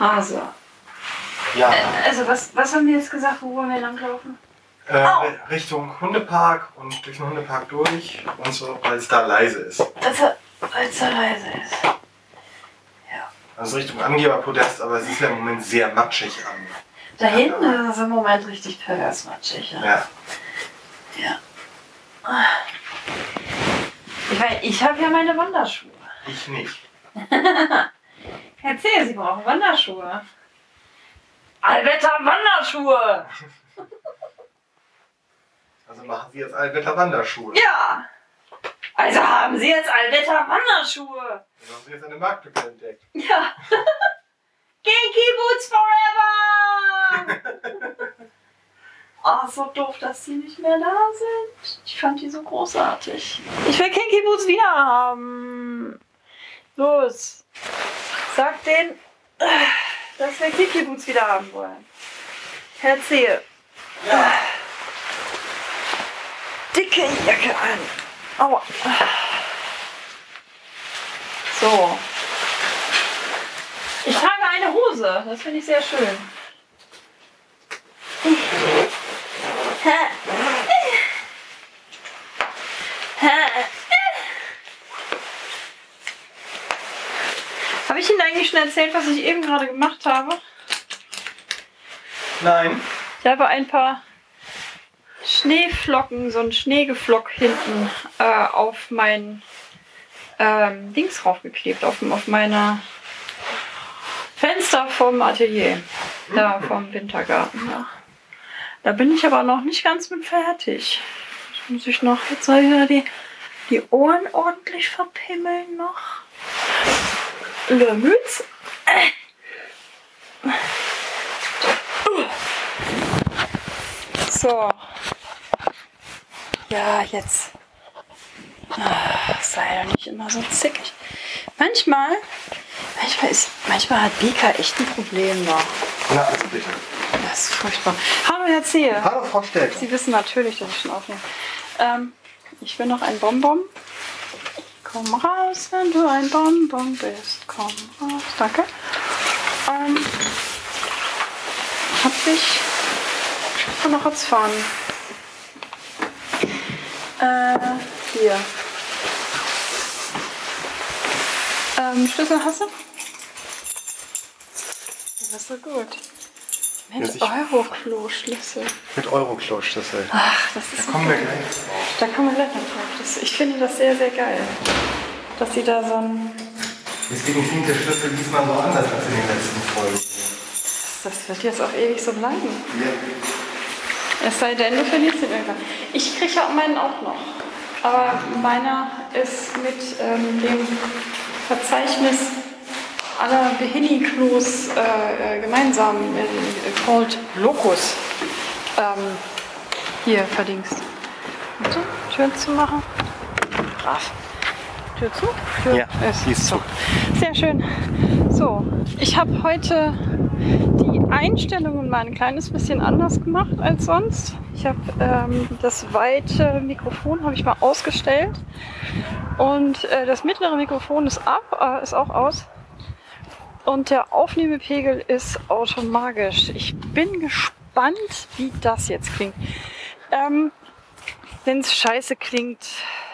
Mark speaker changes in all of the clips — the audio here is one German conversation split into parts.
Speaker 1: Also.
Speaker 2: Ja.
Speaker 1: Also was haben wir jetzt gesagt, wo wollen wir langlaufen?
Speaker 2: Richtung Hundepark und durch den Hundepark durch und so, weil es da leise ist.
Speaker 1: Weil es da leise ist. Ja.
Speaker 2: Also Richtung Angeberpodest, aber es ist ja im Moment sehr matschig an.
Speaker 1: Da hinten ist es im Moment richtig pervers matschig.
Speaker 2: Ja.
Speaker 1: Ja. Ich habe ja meine Wanderschuhe.
Speaker 2: Ich nicht.
Speaker 1: Erzähl, Sie brauchen Wanderschuhe. Allwetter-Wanderschuhe!
Speaker 2: Also machen Sie jetzt Allwetter-Wanderschuhe.
Speaker 1: Ja! Also haben Sie jetzt Allwetter-Wanderschuhe.
Speaker 2: Dann haben Sie jetzt eine Marktlücke entdeckt.
Speaker 1: Ja. Kinky Boots forever! Oh, so doof, dass die nicht mehr da sind. Ich fand die so großartig. Ich will Kinky Boots wieder haben. Los. Sag denen, dass wir Kinky Boots wieder haben wollen. Erzähl.
Speaker 2: Ja.
Speaker 1: Dicke Jacke an. Aua. So. Ich trage eine Hose. Das finde ich sehr schön. Habe ich Ihnen eigentlich schon erzählt, was ich eben gerade gemacht habe?
Speaker 2: Nein.
Speaker 1: Ich habe ein paar Schneeflocken, so ein Schneegeflock hinten auf mein Dings raufgeklebt, auf meine Fenster vom Atelier, da vom Wintergarten. Ja. Da bin ich aber noch nicht ganz mit fertig. Jetzt muss ich noch jetzt mal wieder die Ohren ordentlich verpimmeln noch. Mütze. So. Ja, jetzt. Sei doch nicht immer so zickig. Manchmal hat Bika echt ein Problem noch.
Speaker 2: Na, also bitte.
Speaker 1: Das ist furchtbar. Hallo, Herr Zehe.
Speaker 2: Hallo, Frau Stelter.
Speaker 1: Sie wissen natürlich, dass ich schon aufnehme. Ich will noch ein Bonbon. Komm raus, wenn du ein Bonbon bist. Komm raus. Danke. Hab ich noch was fahren. Hier. Schlüssel hast du? Das ist so gut. Mit Euro-Klo-Schlüssel.
Speaker 2: Mit Euro-Klo-Schlüssel.
Speaker 1: Ach, das ist
Speaker 2: da kommen wir gleich drauf.
Speaker 1: Da kommen wir gleich drauf. Ich finde das sehr, sehr geil. Dass sie da so ein...
Speaker 2: Deswegen klingt der Schlüssel diesmal so anders als in den letzten Folgen.
Speaker 1: Das wird jetzt auch ewig so bleiben.
Speaker 2: Ja.
Speaker 1: Es sei denn, du verlierst ihn irgendwann. Ich kriege ja meinen auch noch. Aber meiner ist mit dem Verzeichnis aller Behini-Klos gemeinsam called Locus hier verdingst. Warte, Tür zu machen. Brav. Tür zu? Tür
Speaker 2: Ja,
Speaker 1: ist
Speaker 2: die ist
Speaker 1: zu. Sehr schön. So, ich habe heute die Einstellungen mal ein kleines bisschen anders gemacht als sonst. Ich habe das weite Mikrofon habe ich mal ausgestellt und das mittlere Mikrofon ist auch aus und der Aufnahmepegel ist automagisch. Ich bin gespannt, wie das jetzt klingt. Wenn es scheiße klingt,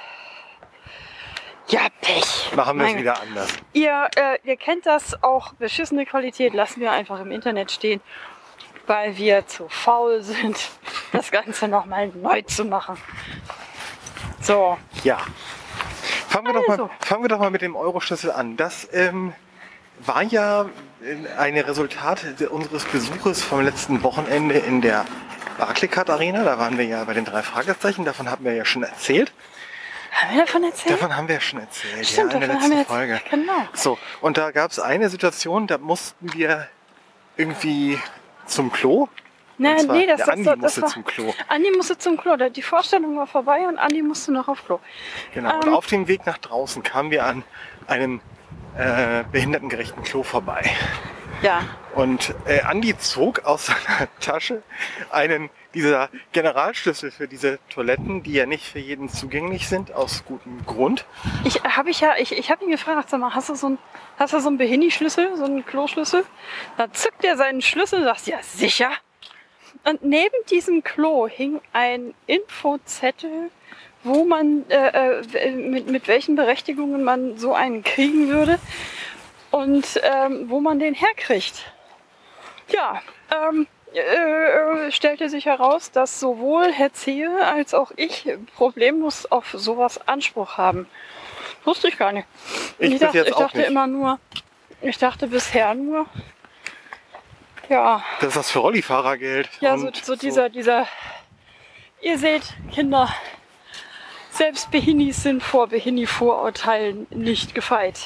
Speaker 1: ja, Pech.
Speaker 2: Machen wir es wieder anders.
Speaker 1: Ihr kennt das auch, beschissene Qualität lassen wir einfach im Internet stehen, weil wir zu faul sind, das Ganze nochmal neu zu machen. So.
Speaker 2: Ja. Fangen wir doch mal mit dem Euro-Schlüssel an. Das war ja ein Resultat unseres Besuches vom letzten Wochenende in der Barclaycard Arena. Da waren wir ja bei den 3 Fragezeichen, davon haben wir ja schon erzählt.
Speaker 1: Haben wir davon erzählt?
Speaker 2: Davon haben wir ja schon erzählt,
Speaker 1: Stimmt,
Speaker 2: ja, in der letzten Folge.
Speaker 1: Genau.
Speaker 2: So, und da gab es eine Situation, da mussten wir irgendwie zum Klo. Andi musste zum Klo.
Speaker 1: Andi musste zum Klo. Die Vorstellung war vorbei und Andi musste noch auf Klo.
Speaker 2: Genau, und auf dem Weg nach draußen kamen wir an einem behindertengerechten Klo vorbei.
Speaker 1: Ja.
Speaker 2: Und Andi zog aus seiner Tasche einen dieser Generalschlüssel für diese Toiletten, die ja nicht für jeden zugänglich sind, aus gutem Grund.
Speaker 1: Ich habe ihn gefragt, sag mal, hast du so einen Behini-Schlüssel, so einen Kloschlüssel? Da zückt er seinen Schlüssel und sagt, ja sicher. Und neben diesem Klo hing ein Infozettel, wo man, mit welchen Berechtigungen man so einen kriegen würde und wo man den herkriegt. Ja, stellte sich heraus, dass sowohl Herr Zehe als auch ich problemlos auf sowas Anspruch haben. Wusste ich gar nicht. Ich dachte bisher nur, ja.
Speaker 2: Das ist das für Rollifahrergeld.
Speaker 1: Ja, so dieser, ihr seht, Kinder, selbst Behinis sind vor Behini-Vorurteilen nicht gefeit.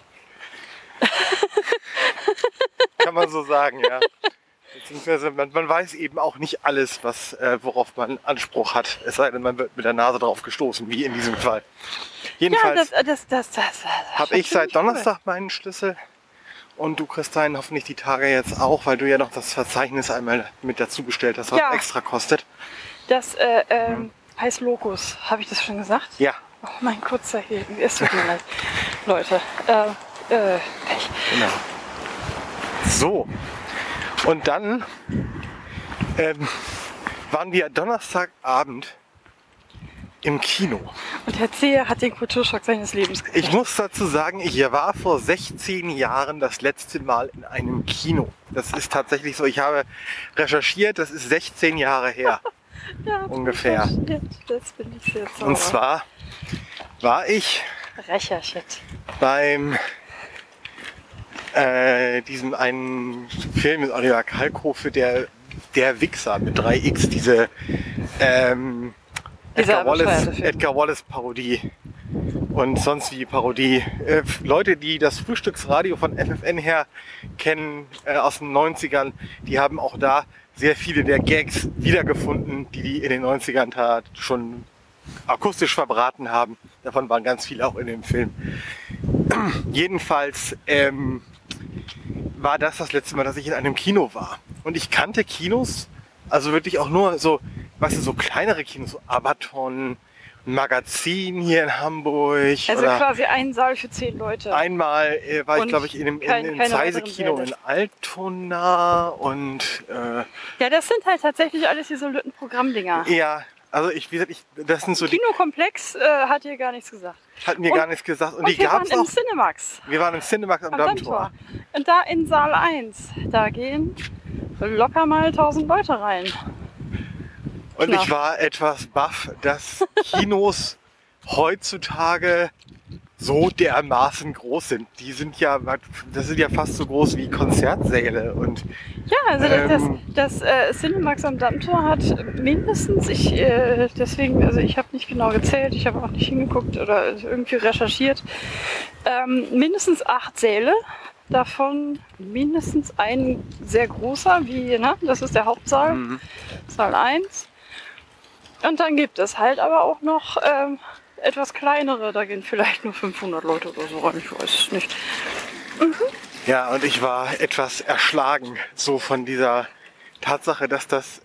Speaker 2: Kann man so sagen, ja. Beziehungsweise man weiß eben auch nicht alles, worauf man Anspruch hat. Es sei denn, man wird mit der Nase drauf gestoßen, wie in diesem Fall. Jedenfalls habe ich seit Donnerstag meinen Schlüssel und du kriegst deinen hoffentlich die Tage jetzt auch, weil du ja noch das Verzeichnis einmal mit dazu bestellt hast, was extra kostet.
Speaker 1: Das heißt Locus, habe ich das schon gesagt?
Speaker 2: Ja.
Speaker 1: Oh mein kurzer Heben, es tut mir leid. Leute, Pech.
Speaker 2: Genau. So. Und dann waren wir Donnerstagabend im Kino.
Speaker 1: Und Herr Zehe hat den Kulturschock seines Lebens gekriegt.
Speaker 2: Ich muss dazu sagen, ich war vor 16 Jahren das letzte Mal in einem Kino. Das ist tatsächlich so. Ich habe recherchiert, das ist 16 Jahre her.
Speaker 1: Ja,
Speaker 2: ungefähr.
Speaker 1: Das bin ich sehr sauer.
Speaker 2: Und zwar war ich beim diesem einen Film mit Oliver Kalkofe, der Wichser mit 3x, diese Edgar Wallace Parodie und sonst wie Parodie. Leute, die das Frühstücksradio von FFN her kennen aus den 90ern, die haben auch da sehr viele der Gags wiedergefunden, die in den 90ern da schon akustisch verbraten haben. Davon waren ganz viele auch in dem Film. Jedenfalls war das letzte Mal, dass ich in einem Kino war. Und ich kannte Kinos, also wirklich auch nur so, weißt du, so kleinere Kinos, so Abaton, ein Magazin hier in Hamburg.
Speaker 1: Also quasi ein Saal für 10 Leute.
Speaker 2: Einmal war ich, glaube ich, in einem Zeise-Kino in Altona und...
Speaker 1: ja, das sind halt tatsächlich alles diese Lütten-Programmdinger.
Speaker 2: Ja, also das sind so
Speaker 1: Kinokomplex hat hier gar nichts gesagt.
Speaker 2: Hat mir gar nichts gesagt. Und die
Speaker 1: wir
Speaker 2: gab's
Speaker 1: waren
Speaker 2: auch.
Speaker 1: im Cinemax.
Speaker 2: Wir waren im Cinemax am Dammtor.
Speaker 1: Und da in Saal 1, da gehen locker mal 1000 Leute rein.
Speaker 2: Und ich war etwas baff, dass Kinos heutzutage so dermaßen groß sind. Das sind ja fast so groß wie Konzertsäle. Und,
Speaker 1: ja, also das Cinemax am Dammtor hat mindestens, ich habe nicht genau gezählt, ich habe auch nicht hingeguckt oder irgendwie recherchiert, mindestens 8 Säle. Davon mindestens ein sehr großer, das ist der Hauptsaal, Saal 1. Und dann gibt es halt aber auch noch etwas kleinere, da gehen vielleicht nur 500 Leute oder so rein, ich weiß es nicht.
Speaker 2: Ja, und ich war etwas erschlagen, so von dieser Tatsache, dass das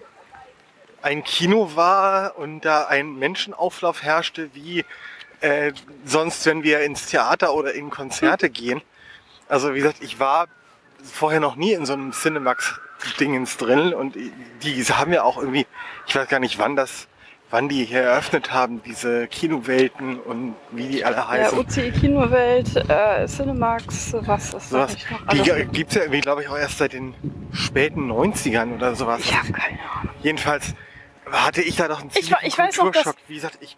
Speaker 2: ein Kino war und da ein Menschenauflauf herrschte, wie sonst, wenn wir ins Theater oder in Konzerte gehen. Also wie gesagt, ich war vorher noch nie in so einem Cinemax-Dingens drin und die haben ja auch irgendwie, ich weiß gar nicht wann die hier eröffnet haben, diese Kinowelten und wie die alle heißen.
Speaker 1: Ja, UCI Kinowelt, Cinemax, was ist das nicht noch?
Speaker 2: Die gibt es ja irgendwie, glaube ich, auch erst seit den späten 90ern oder sowas.
Speaker 1: Ich habe keine Ahnung.
Speaker 2: Jedenfalls hatte ich da doch einen ziemlichen
Speaker 1: Kulturschock.
Speaker 2: Wie gesagt, ich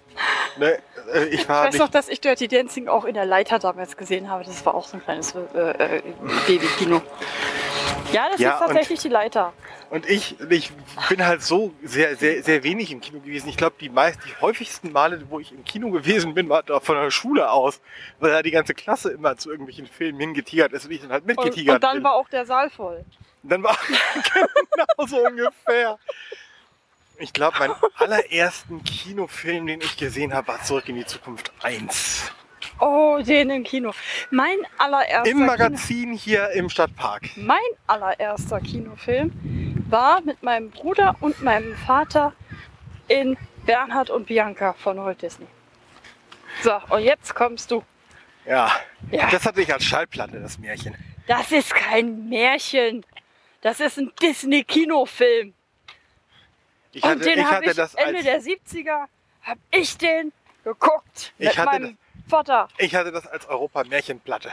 Speaker 1: weiß noch, dass ich Dirty Dancing auch in der Leiter damals gesehen habe. Das war auch so ein kleines Babykino. Ja, das ist tatsächlich die Leiter.
Speaker 2: Und ich bin halt so sehr, sehr, sehr wenig im Kino gewesen. Ich glaube, die häufigsten Male, wo ich im Kino gewesen bin, war da von der Schule aus, weil da die ganze Klasse immer zu irgendwelchen Filmen hingetigert ist und ich dann halt mitgetigert bin.
Speaker 1: Und dann war auch der Saal voll.
Speaker 2: Und dann war genau so ungefähr. Ich glaube, meinen allerersten Kinofilm, den ich gesehen habe, war Zurück in die Zukunft 1.
Speaker 1: Oh, den im Kino. Mein allererster
Speaker 2: im Magazin hier im Stadtpark.
Speaker 1: Mein allererster Kinofilm war mit meinem Bruder und meinem Vater in Bernhard und Bianca von Walt Disney. So, und jetzt kommst du.
Speaker 2: Ja,
Speaker 1: Ja.
Speaker 2: das hatte ich als Schallplatte, das Märchen.
Speaker 1: Das ist kein Märchen. Das ist ein Disney-Kinofilm. Und den habe ich
Speaker 2: das
Speaker 1: Ende der 70er, habe ich den geguckt mit meinem Vater.
Speaker 2: Ich hatte das als Europa-Märchenplatte.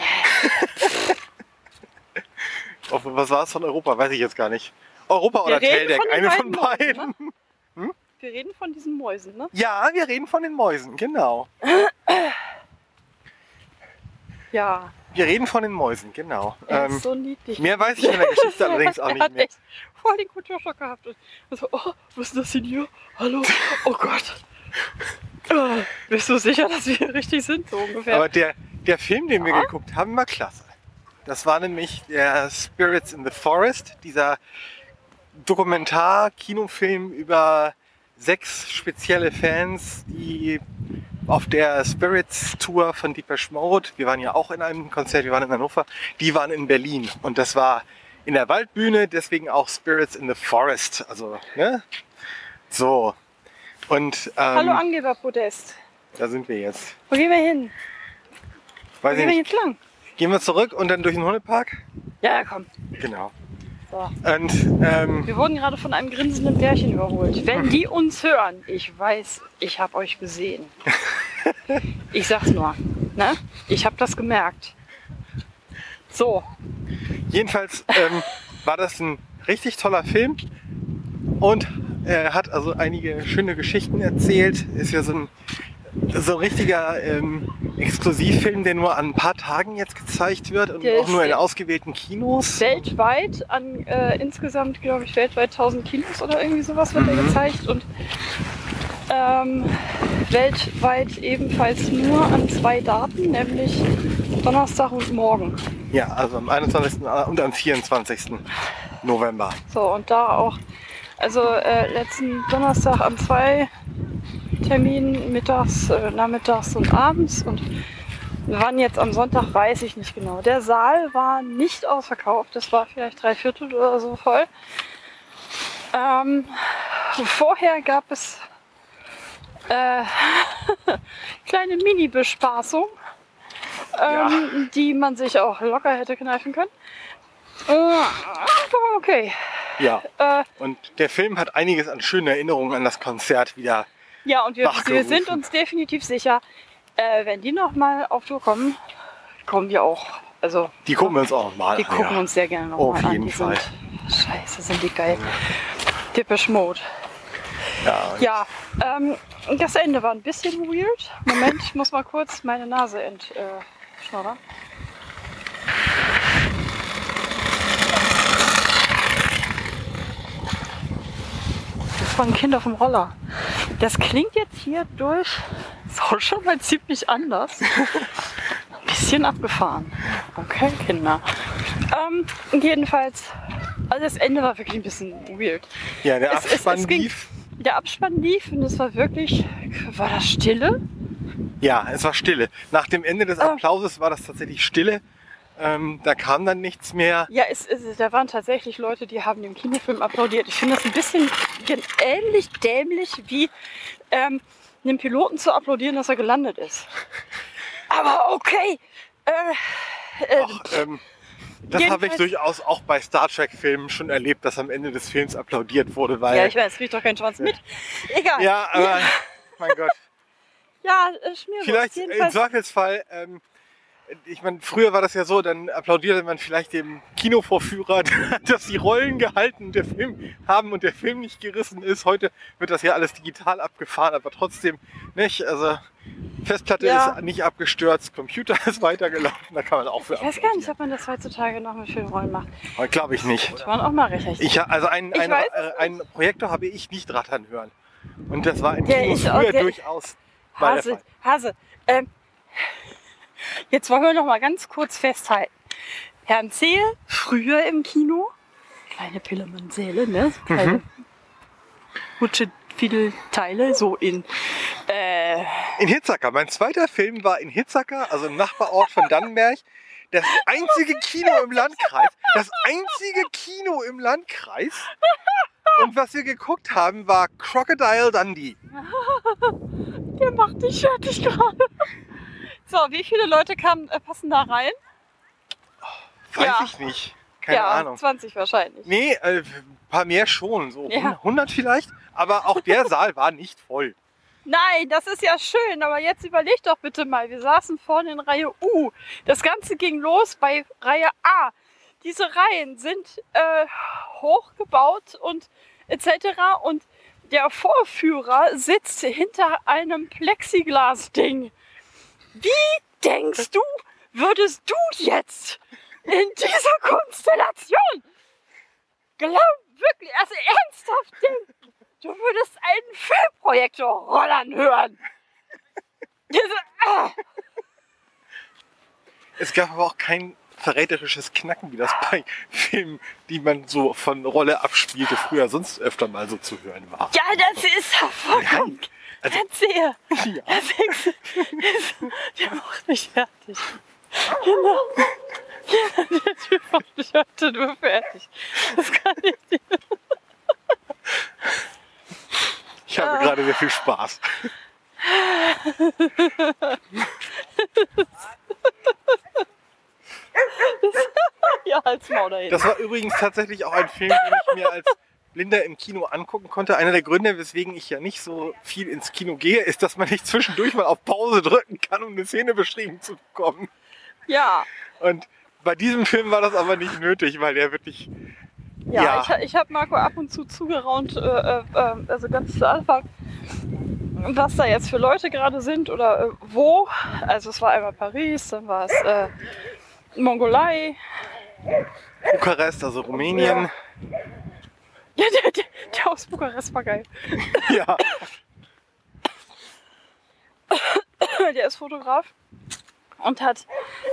Speaker 2: Was war es von Europa? Weiß ich jetzt gar nicht. Europa oder Teldeck, eine von beiden.
Speaker 1: Ne? Wir reden von diesen Mäusen, ne?
Speaker 2: Ja, wir reden von den Mäusen, genau.
Speaker 1: Ja.
Speaker 2: Wir reden von den Mäusen, genau.
Speaker 1: Er ist so niedlich.
Speaker 2: Mehr weiß ich von der Geschichte allerdings auch
Speaker 1: Er
Speaker 2: nicht
Speaker 1: hat
Speaker 2: mehr.
Speaker 1: echt voll den Kulturschock gehabt. Und so, oh, was ist das denn hier? Hallo? Oh Gott. Bist du sicher, dass wir hier richtig sind? So ungefähr.
Speaker 2: Aber der Film, den wir geguckt haben, war klasse. Das war nämlich der Spirits in the Forest, dieser Dokumentar-Kinofilm über 6 spezielle Fans, die auf der Spirits Tour von Depeche Mode, wir waren ja auch in einem Konzert, wir waren in Hannover, die waren in Berlin. Und das war in der Waldbühne, deswegen auch Spirits in the Forest. Also, ne? So. Und,
Speaker 1: Hallo Angeberpodest.
Speaker 2: da sind wir jetzt.
Speaker 1: Wo gehen wir hin? Wo
Speaker 2: Weiß ich
Speaker 1: gehen wir
Speaker 2: nicht.
Speaker 1: jetzt lang?
Speaker 2: Gehen wir zurück und dann durch den Hundepark?
Speaker 1: Ja, komm.
Speaker 2: Genau.
Speaker 1: So.
Speaker 2: Und
Speaker 1: Wir wurden gerade von einem grinsenden Pärchen überholt. Wenn die uns hören, ich weiß, ich habe euch gesehen. Ich sag's nur, ne? Ich habe das gemerkt. So.
Speaker 2: jedenfalls war das ein richtig toller Film und er hat also einige schöne Geschichten erzählt. Ist ja so ein richtiger Exklusivfilm, der nur an ein paar Tagen jetzt gezeigt wird und
Speaker 1: Der
Speaker 2: auch nur in
Speaker 1: ist
Speaker 2: ausgewählten Kinos.
Speaker 1: Weltweit, an insgesamt, glaube ich, weltweit 1000 Kinos oder irgendwie sowas wird er gezeigt. Und weltweit ebenfalls nur an 2 Daten, nämlich Donnerstag und morgen.
Speaker 2: Ja, also am 21. und am 24. November.
Speaker 1: So, und da auch, also letzten Donnerstag an 2 Terminen, mittags, nachmittags und abends. Und wann jetzt am Sonntag, weiß ich nicht genau. Der Saal war nicht ausverkauft, das war vielleicht 3/4 oder so voll. Vorher gab es kleine Mini-Bespaßung, die man sich auch locker hätte kneifen können. Okay.
Speaker 2: Ja. Und der Film hat einiges an schönen Erinnerungen an das Konzert wieder.
Speaker 1: Ja, und wir
Speaker 2: wachgerufen.
Speaker 1: sind uns definitiv sicher, wenn die nochmal auf Tour kommen, kommen wir auch. Also,
Speaker 2: Die gucken wir uns auch mal
Speaker 1: die
Speaker 2: an.
Speaker 1: gucken
Speaker 2: ja.
Speaker 1: uns sehr gerne
Speaker 2: Auf
Speaker 1: nochmal an.
Speaker 2: jeden
Speaker 1: Die
Speaker 2: Fall.
Speaker 1: Scheiße, sind die geil. Depeche Mode.
Speaker 2: Ja,
Speaker 1: Ja, das Ende war ein bisschen weird. Moment, ich muss mal kurz meine Nase entschnoddern. Das war ein Kind auf dem Roller. Das klingt jetzt hier durch, ist auch schon mal ziemlich anders. Ein bisschen abgefahren. Okay, Kinder. Jedenfalls, also das Ende war wirklich ein bisschen weird.
Speaker 2: Ja, der
Speaker 1: Es
Speaker 2: Abspann
Speaker 1: ging-
Speaker 2: lief.
Speaker 1: Der Abspann lief und es war wirklich, war das Stille?
Speaker 2: Ja, es war Stille. Nach dem Ende des Applauses war das tatsächlich Stille. Da kam dann nichts mehr.
Speaker 1: Ja, da waren tatsächlich Leute, die haben dem Kinofilm applaudiert. Ich finde das ein bisschen ähnlich dämlich wie einem Piloten zu applaudieren, dass er gelandet ist. Aber okay.
Speaker 2: Das habe ich
Speaker 1: jedenfalls-
Speaker 2: durchaus auch bei Star Trek-Filmen schon erlebt, dass am Ende des Films applaudiert wurde, weil.
Speaker 1: Ja, ich weiß, es riecht doch kein Schwanz mit. Egal.
Speaker 2: Ja, aber mein Gott.
Speaker 1: Ja, Schmierwurst.
Speaker 2: Vielleicht im
Speaker 1: Jedenfalls,
Speaker 2: Zweifelsfall, ich meine, früher war das ja so, dann applaudierte man vielleicht dem Kinovorführer, dass die Rollen gehalten und der Film haben und der Film nicht gerissen ist. Heute wird das ja alles digital abgefahren, aber trotzdem nicht. Also Festplatte
Speaker 1: Ja.
Speaker 2: ist nicht abgestürzt, Computer ist weitergelaufen, da kann man auch für
Speaker 1: ich weiß gar nicht, ob man das heutzutage noch mit Filmrollen macht.
Speaker 2: Glaube ich nicht.
Speaker 1: Das waren auch mal richtig.
Speaker 2: Also ein
Speaker 1: weiß
Speaker 2: Projektor habe ich nicht rattern hören. Und das war in
Speaker 1: Der
Speaker 2: Kinos
Speaker 1: ist auch-
Speaker 2: früher
Speaker 1: der-
Speaker 2: durchaus mal der Fall.
Speaker 1: Hase, jetzt wollen wir noch mal ganz kurz festhalten. Herrn Zehe, früher im Kino, kleine Pillemann-Säle, ne? Kleine Hutschefiedelteile, so in
Speaker 2: In Hitzacker. Mein zweiter Film war in Hitzacker, also im Nachbarort von Dannenberg. Das einzige Kino im Landkreis. Das einzige Kino im Landkreis. Und was wir geguckt haben, war Crocodile Dundee.
Speaker 1: Der macht dich fertig gerade. So, wie viele Leute passen da rein?
Speaker 2: Weiß ich nicht. Keine Ahnung.
Speaker 1: 20 wahrscheinlich.
Speaker 2: Nee, ein paar mehr schon. So
Speaker 1: Ja.
Speaker 2: 100 vielleicht. Aber auch der Saal war nicht voll.
Speaker 1: Nein, das ist ja schön, aber jetzt überleg doch bitte mal. Wir saßen vorne in Reihe U. Das Ganze ging los bei Reihe A. Diese Reihen sind hochgebaut und etc. Und der Vorführer sitzt hinter einem Plexiglas-Ding. Wie denkst du, würdest du jetzt in dieser Konstellation wirklich, also ernsthaft denken, du würdest einen Filmprojektor rollern hören?
Speaker 2: Es gab aber auch kein verräterisches Knacken, wie das bei Filmen, die man so von Rolle abspielte, früher sonst öfter mal so zu hören war.
Speaker 1: Ja, das ist ja vollkommen.
Speaker 2: Also,
Speaker 1: Erzähl.
Speaker 2: ja.
Speaker 1: Der macht mich fertig. Genau. Der Typ macht mich heute nur fertig. Das kann ich nicht.
Speaker 2: Ich habe gerade sehr viel Spaß.
Speaker 1: Ja, als Maul dahin.
Speaker 2: Das war übrigens tatsächlich auch ein Film, den ich mir als Blinder im Kino angucken konnte. Einer der Gründe, weswegen ich ja nicht so viel ins Kino gehe, ist, dass man nicht zwischendurch mal auf Pause drücken kann, um eine Szene beschrieben zu bekommen.
Speaker 1: Ja.
Speaker 2: Und bei diesem Film war das aber nicht nötig, weil der wirklich...
Speaker 1: Ja. Ich habe Marco ab und zu zugeraunt, also ganz zu Anfang, was da jetzt für Leute gerade sind oder wo. Also es war einmal Paris, dann war es Mongolei.
Speaker 2: Bukarest, also Rumänien.
Speaker 1: Ja, der aus Bukarest war geil.
Speaker 2: Ja.
Speaker 1: Der ist Fotograf und hat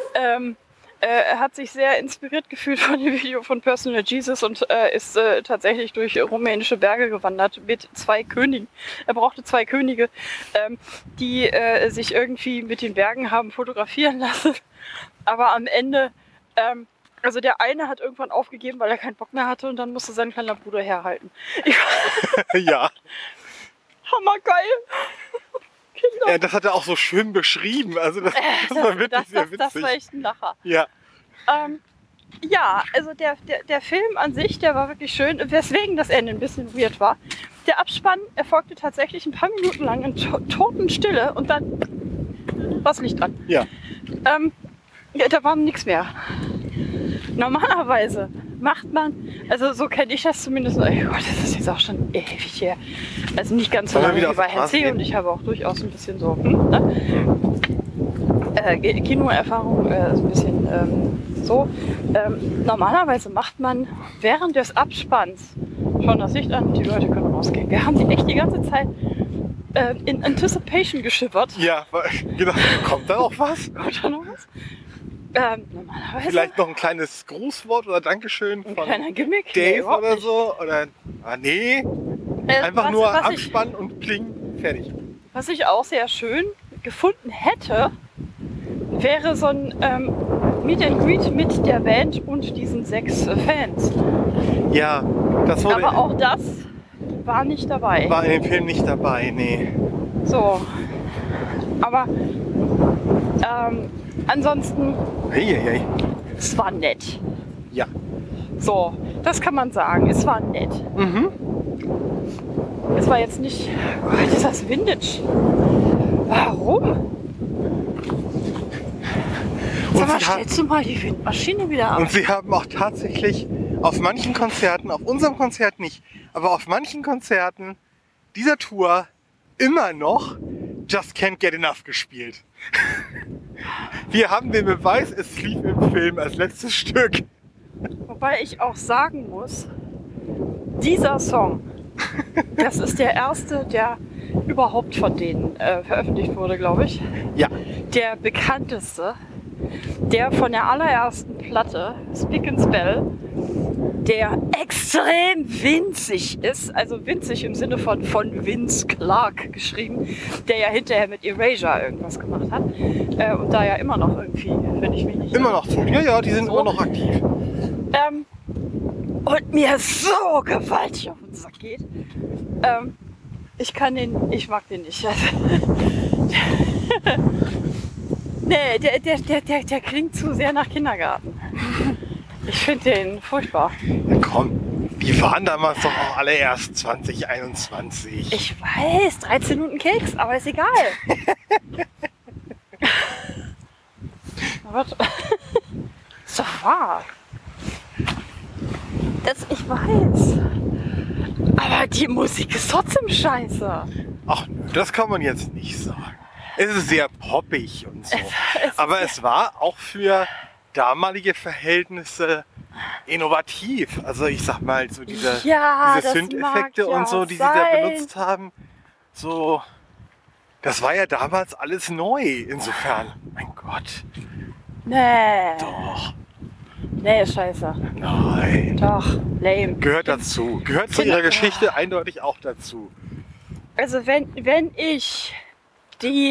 Speaker 1: sich sehr inspiriert gefühlt von dem Video von Personal Jesus und ist tatsächlich durch rumänische Berge gewandert mit 2 Königen. Er brauchte 2 Könige, die sich irgendwie mit den Bergen haben fotografieren lassen. Aber am Ende, also der eine hat irgendwann aufgegeben, weil er keinen Bock mehr hatte und dann musste sein kleiner Bruder herhalten.
Speaker 2: Ja.
Speaker 1: Hammergeil!
Speaker 2: Ja, das hat er auch so schön beschrieben. Also das war wirklich sehr witzig.
Speaker 1: Das war echt ein Lacher.
Speaker 2: Ja.
Speaker 1: Ja, also der Film an sich, der war wirklich schön, weswegen das Ende ein bisschen weird war. Der Abspann erfolgte tatsächlich ein paar Minuten lang in Totenstille und dann war das Licht an.
Speaker 2: Ja.
Speaker 1: Ja, da war nichts mehr. Normalerweise macht man, also so kenne ich das zumindest, oh Gott, das ist jetzt auch schon ewig her. Also nicht ganz so lange wie bei Herrn C. und ich habe auch durchaus ein bisschen so Kinoerfahrung, so ein bisschen so. Normalerweise macht man während des Abspanns schon das Licht an und die Leute können rausgehen. Wir haben die echt die ganze Zeit in Anticipation geschippert.
Speaker 2: Ja, genau. Kommt da noch was?
Speaker 1: Kommt da noch was? Normalerweise.
Speaker 2: Vielleicht noch ein kleines Grußwort oder Dankeschön von
Speaker 1: kleiner Gimmick?
Speaker 2: Dave oder
Speaker 1: nicht.
Speaker 2: so? Oder, nee, einfach nur Abspann und Pling, fertig.
Speaker 1: Was ich auch sehr schön gefunden hätte, wäre so ein Meet and Greet mit der Band und diesen 6 Fans.
Speaker 2: Ja, das wurde...
Speaker 1: Aber auch das war nicht dabei.
Speaker 2: War in dem Film nicht dabei, nee.
Speaker 1: So. Aber ansonsten,
Speaker 2: Hey.
Speaker 1: es war nett.
Speaker 2: Ja.
Speaker 1: So, das kann man sagen. Es war nett.
Speaker 2: Mhm.
Speaker 1: Es war jetzt nicht... Oh Gott, ist das Vintage? Warum? Sag mal, stellst du mal die Windmaschine wieder ab?
Speaker 2: Und sie haben auch tatsächlich auf manchen Konzerten, auf unserem Konzert nicht, aber auf manchen Konzerten dieser Tour immer noch Just Can't Get Enough gespielt. Wir haben den Beweis, es lief im Film als letztes Stück.
Speaker 1: Wobei ich auch sagen muss, dieser Song, das ist der erste, der überhaupt von denen veröffentlicht wurde, glaube ich.
Speaker 2: Ja.
Speaker 1: Der bekannteste, der von der allerersten Platte, Speak and Spell, der extrem winzig ist, also winzig im Sinne von Vince Clarke geschrieben, der ja hinterher mit Erasure irgendwas gemacht hat und da ja immer noch irgendwie, wenn ich mich nicht...
Speaker 2: Immer noch tun. Ja, die sind
Speaker 1: so.
Speaker 2: immer noch aktiv.
Speaker 1: Und mir so gewaltig auf den Sack geht. Ich mag den nicht. Nee, der klingt zu sehr nach Kindergarten. Ich finde den furchtbar.
Speaker 2: Ja, komm, die waren damals doch auch alle erst 2021.
Speaker 1: Ich weiß, 13 Minuten Keks, aber ist egal. Was? Ist doch wahr. Ich weiß. Aber die Musik ist trotzdem scheiße.
Speaker 2: Ach, das kann man jetzt nicht sagen. Es ist sehr poppig und so. Aber es war auch für damalige Verhältnisse innovativ. Also ich sag mal, so diese Synth-Effekte und so, die sie da benutzt haben, so, das war ja damals alles neu. Insofern, mein Gott.
Speaker 1: Nee.
Speaker 2: Doch.
Speaker 1: Nee, ist scheiße.
Speaker 2: Nein.
Speaker 1: Doch, lame.
Speaker 2: Gehört dazu. Gehört zu ihrer Geschichte eindeutig auch dazu.
Speaker 1: Also wenn ich die,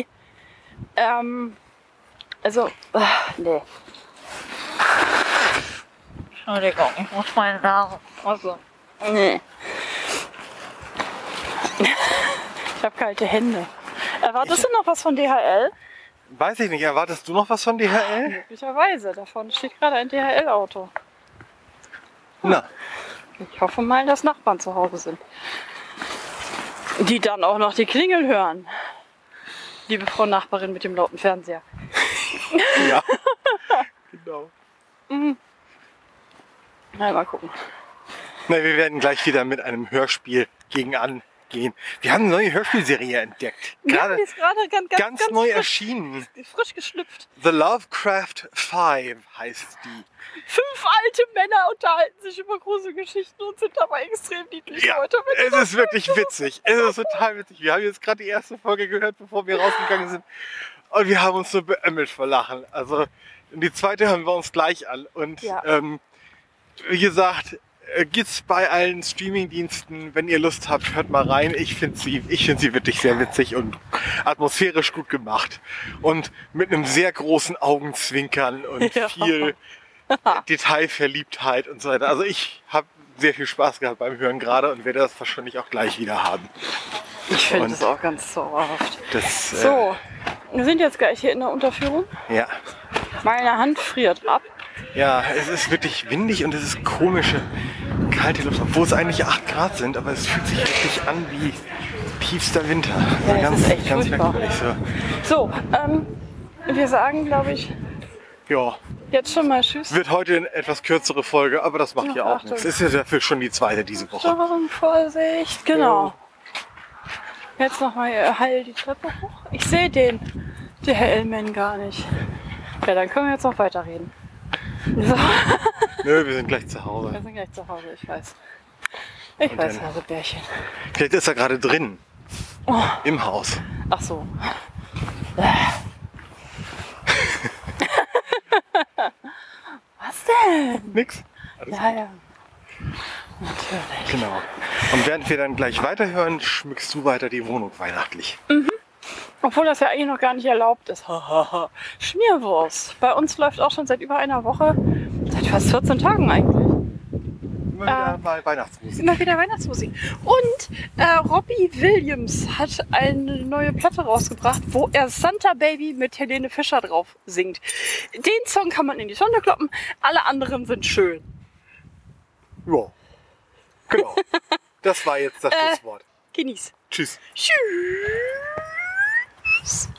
Speaker 1: nee. Entschuldigung, ich muss meinen Namen. Also, nee. Ich habe kalte Hände. Erwartest du noch was von DHL?
Speaker 2: Weiß ich nicht, erwartest du noch was von DHL?
Speaker 1: Möglicherweise. Davon steht gerade ein DHL-Auto.
Speaker 2: Na.
Speaker 1: Ich hoffe mal, dass Nachbarn zu Hause sind. Die dann auch noch die Klingel hören. Liebe Frau Nachbarin mit dem lauten Fernseher.
Speaker 2: Ja, genau.
Speaker 1: Na, mal gucken.
Speaker 2: Na, wir werden gleich wieder mit einem Hörspiel gegen angehen. Wir haben eine neue Hörspielserie entdeckt.
Speaker 1: Die ist gerade
Speaker 2: ganz neu erschienen.
Speaker 1: Frisch geschlüpft.
Speaker 2: The Lovecraft 5 heißt die.
Speaker 1: 5 alte Männer unterhalten sich über Gruselgeschichten und sind dabei extrem niedlich.
Speaker 2: Ja,
Speaker 1: Leute.
Speaker 2: es ist wirklich witzig. Es ist total witzig. Wir haben jetzt gerade die erste Folge gehört, bevor wir rausgegangen sind. Und wir haben uns so beömmelt vor Lachen. Also die zweite hören wir uns gleich an. Und
Speaker 1: ja.
Speaker 2: Wie gesagt, gibt's bei allen Streamingdiensten, wenn ihr Lust habt, hört mal rein. Ich finde sie wirklich sehr witzig und atmosphärisch gut gemacht. Und mit einem sehr großen Augenzwinkern und viel Detailverliebtheit und so weiter. Also ich habe sehr viel Spaß gehabt beim Hören gerade und werde das wahrscheinlich auch gleich wieder haben.
Speaker 1: Ich finde das auch ganz zauberhaft.
Speaker 2: So,
Speaker 1: wir sind jetzt gleich hier in der Unterführung.
Speaker 2: Ja.
Speaker 1: Meine Hand friert ab.
Speaker 2: Ja, es ist wirklich windig und es ist komische, kalte Luft, obwohl es eigentlich 8 Grad sind, aber es fühlt sich wirklich an wie tiefster Winter.
Speaker 1: Ja, das ist echt furchtbar. So, wir sagen, glaube ich,
Speaker 2: ja,
Speaker 1: jetzt schon mal Tschüss.
Speaker 2: Wird heute eine etwas kürzere Folge, aber das macht ja auch nichts. Es ist ja dafür schon die zweite diese Woche.
Speaker 1: Vorsicht, genau. Jetzt nochmal heil die Treppe hoch. Ich sehe den DHL-Man gar nicht. Ja, dann können wir jetzt noch weiterreden. So.
Speaker 2: Nö, wir sind gleich zu Hause.
Speaker 1: Wir sind gleich zu Hause, ich weiß. Ich weiß, also Bärchen.
Speaker 2: Vielleicht ist er gerade drin.
Speaker 1: Oh.
Speaker 2: Im Haus.
Speaker 1: Ach so. Was denn?
Speaker 2: Nix.
Speaker 1: Ja. Natürlich.
Speaker 2: Genau. Und während wir dann gleich weiterhören, schmückst du weiter die Wohnung weihnachtlich.
Speaker 1: Mhm. Obwohl das ja eigentlich noch gar nicht erlaubt ist. Schmierwurst. Bei uns läuft auch schon seit über einer Woche, seit fast 14 Tagen eigentlich.
Speaker 2: Immer wieder mal Weihnachtsmusik.
Speaker 1: Immer wieder Weihnachtsmusik. Und Robbie Williams hat eine neue Platte rausgebracht, wo er Santa Baby mit Helene Fischer drauf singt. Den Song kann man in die Sonne kloppen, alle anderen sind schön.
Speaker 2: Ja, genau. Das war jetzt das Schlusswort.
Speaker 1: Genieß.
Speaker 2: Tschüss.
Speaker 1: Tschüss.